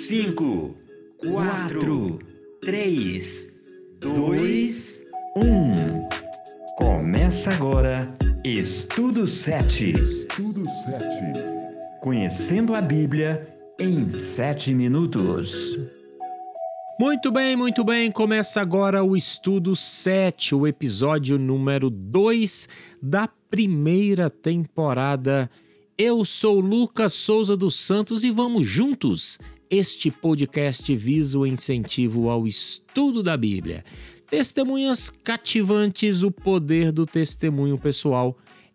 5, 4, 3, 2, 1. Começa agora Estudo 7. Conhecendo a Bíblia em 7 minutos. Muito bem. Começa agora o Estudo 7, o episódio número 2 da primeira temporada. Eu sou Lucas Souza dos Santos e vamos juntos. Este podcast visa o incentivo ao estudo da Bíblia. Testemunhas cativantes, o poder do testemunho pessoal.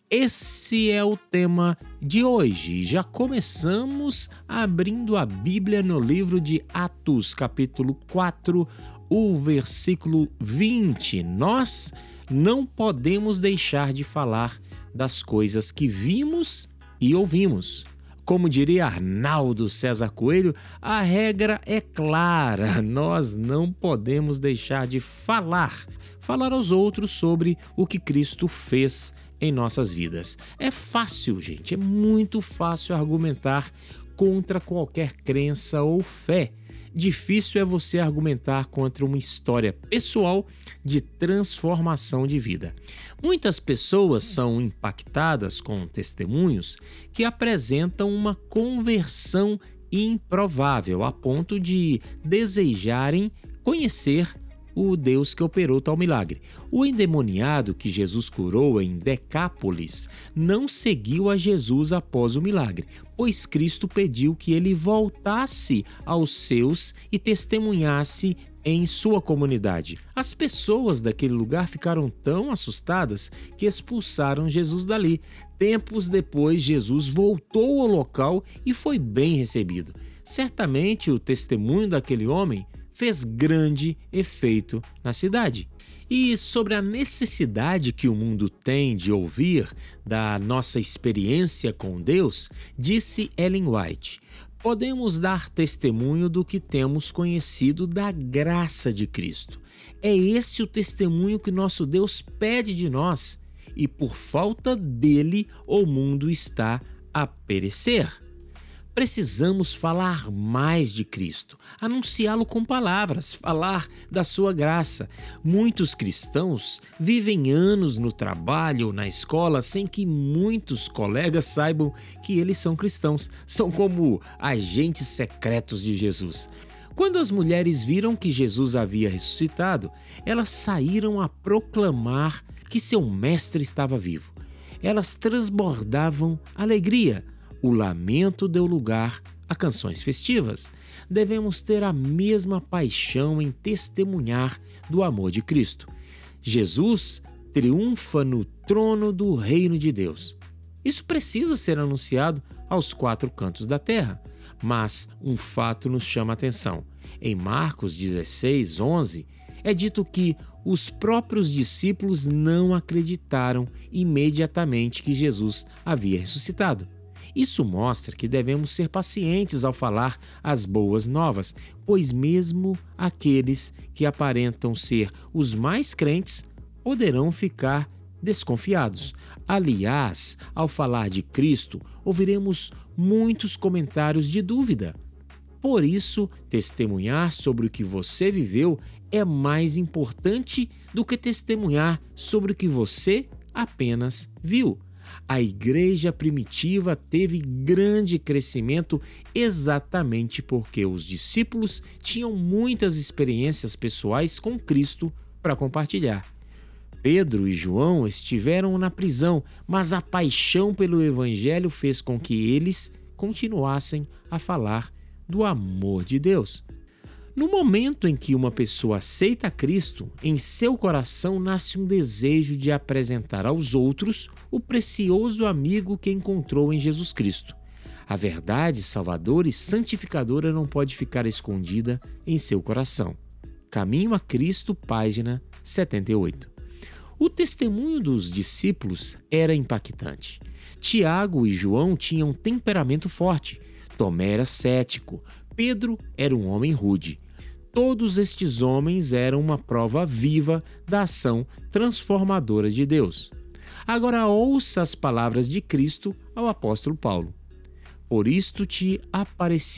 Esse é o tema de hoje. Já começamos abrindo a Bíblia no livro de Atos, capítulo 4, o versículo 20. Nós não podemos deixar de falar das coisas que vimos e ouvimos. Como diria Arnaldo César Coelho, a regra é clara. Nós não podemos deixar de falar aos outros sobre o que Cristo fez em nossas vidas. É fácil, gente, é muito fácil argumentar contra qualquer crença ou fé. Difícil é você argumentar contra uma história pessoal de transformação de vida. Muitas pessoas são impactadas com testemunhos que apresentam uma conversão improvável, a ponto de desejarem conhecer o Deus que operou tal milagre. O endemoniado que Jesus curou em Decápolis não seguiu a Jesus após o milagre, pois Cristo pediu que ele voltasse aos seus e testemunhasse em sua comunidade. As pessoas daquele lugar ficaram tão assustadas que expulsaram Jesus dali. Tempos depois, Jesus voltou ao local e foi bem recebido. Certamente o testemunho daquele homem fez grande efeito na cidade. E sobre a necessidade que o mundo tem de ouvir da nossa experiência com Deus, disse Ellen White: podemos dar testemunho do que temos conhecido da graça de Cristo. É esse o testemunho que nosso Deus pede de nós, e por falta dele o mundo está a perecer. Precisamos falar mais de Cristo, anunciá-lo com palavras, falar da sua graça. Muitos cristãos vivem anos no trabalho ou na escola sem que muitos colegas saibam que eles são cristãos. São como agentes secretos de Jesus. Quando as mulheres viram que Jesus havia ressuscitado, elas saíram a proclamar que seu mestre estava vivo. Elas transbordavam alegria. O lamento deu lugar a canções festivas. Devemos ter a mesma paixão em testemunhar do amor de Cristo. Jesus triunfa no trono do reino de Deus. Isso precisa ser anunciado aos 4 cantos da terra. Mas um fato nos chama a atenção. Em Marcos 16, 11, é dito que os próprios discípulos não acreditaram imediatamente que Jesus havia ressuscitado. Isso mostra que devemos ser pacientes ao falar as boas novas, pois mesmo aqueles que aparentam ser os mais crentes poderão ficar desconfiados. Aliás, ao falar de Cristo, ouviremos muitos comentários de dúvida. Por isso, testemunhar sobre o que você viveu é mais importante do que testemunhar sobre o que você apenas viu. A igreja primitiva teve grande crescimento exatamente porque os discípulos tinham muitas experiências pessoais com Cristo para compartilhar. Pedro e João estiveram na prisão, mas a paixão pelo Evangelho fez com que eles continuassem a falar do amor de Deus. No momento em que uma pessoa aceita Cristo, em seu coração nasce um desejo de apresentar aos outros o precioso amigo que encontrou em Jesus Cristo. A verdade salvadora e santificadora não pode ficar escondida em seu coração. Caminho a Cristo, página 78. O testemunho dos discípulos era impactante. Tiago e João tinham um temperamento forte. Tomé era cético. Pedro era um homem rude. Todos estes homens eram uma prova viva da ação transformadora de Deus. Agora ouça as palavras de Cristo ao apóstolo Paulo. Por isto te apareci,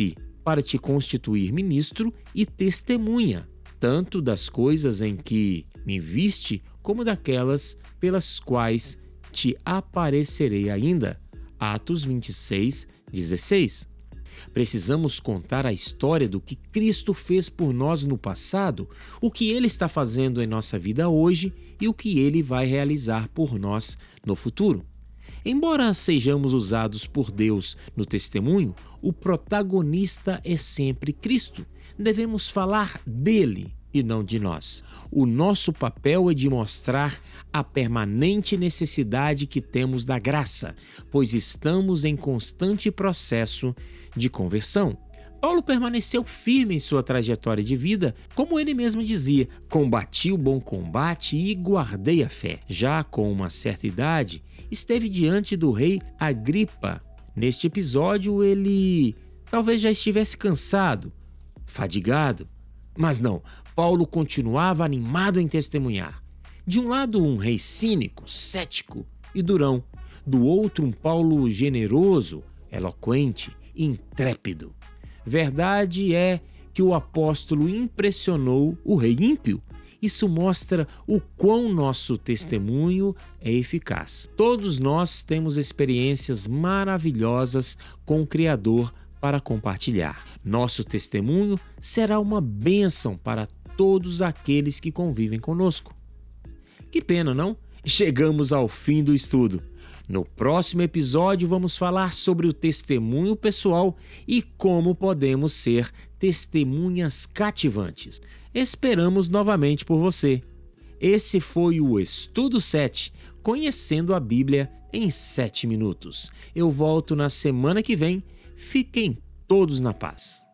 para te constituir ministro e testemunha, tanto das coisas em que me viste, como daquelas pelas quais te aparecerei ainda. Atos 26, 16. Precisamos contar a história do que Cristo fez por nós no passado, o que Ele está fazendo em nossa vida hoje e o que Ele vai realizar por nós no futuro. Embora sejamos usados por Deus no testemunho, o protagonista é sempre Cristo. Devemos falar dele e não de nós. O nosso papel é de mostrar a permanente necessidade que temos da graça, pois estamos em constante processo de conversão. Paulo permaneceu firme em sua trajetória de vida, como ele mesmo dizia: combati o bom combate e guardei a fé. Já com uma certa idade, esteve diante do rei Agripa. Neste episódio, ele talvez já estivesse cansado, fadigado, mas não, Paulo continuava animado em testemunhar. De um lado, um rei cínico, cético e durão. Do outro, um Paulo generoso, eloquente e intrépido. Verdade é que o apóstolo impressionou o rei ímpio. Isso mostra o quão nosso testemunho é eficaz. Todos nós temos experiências maravilhosas com o Criador para compartilhar. Nosso testemunho será uma bênção para todos aqueles que convivem conosco. Que pena, não? Chegamos ao fim do estudo. No próximo episódio vamos falar sobre o testemunho pessoal e como podemos ser testemunhas cativantes. Esperamos novamente por você. Esse foi o Estudo 7, conhecendo a Bíblia em 7 minutos. Eu volto na semana que vem. Fiquem todos na paz.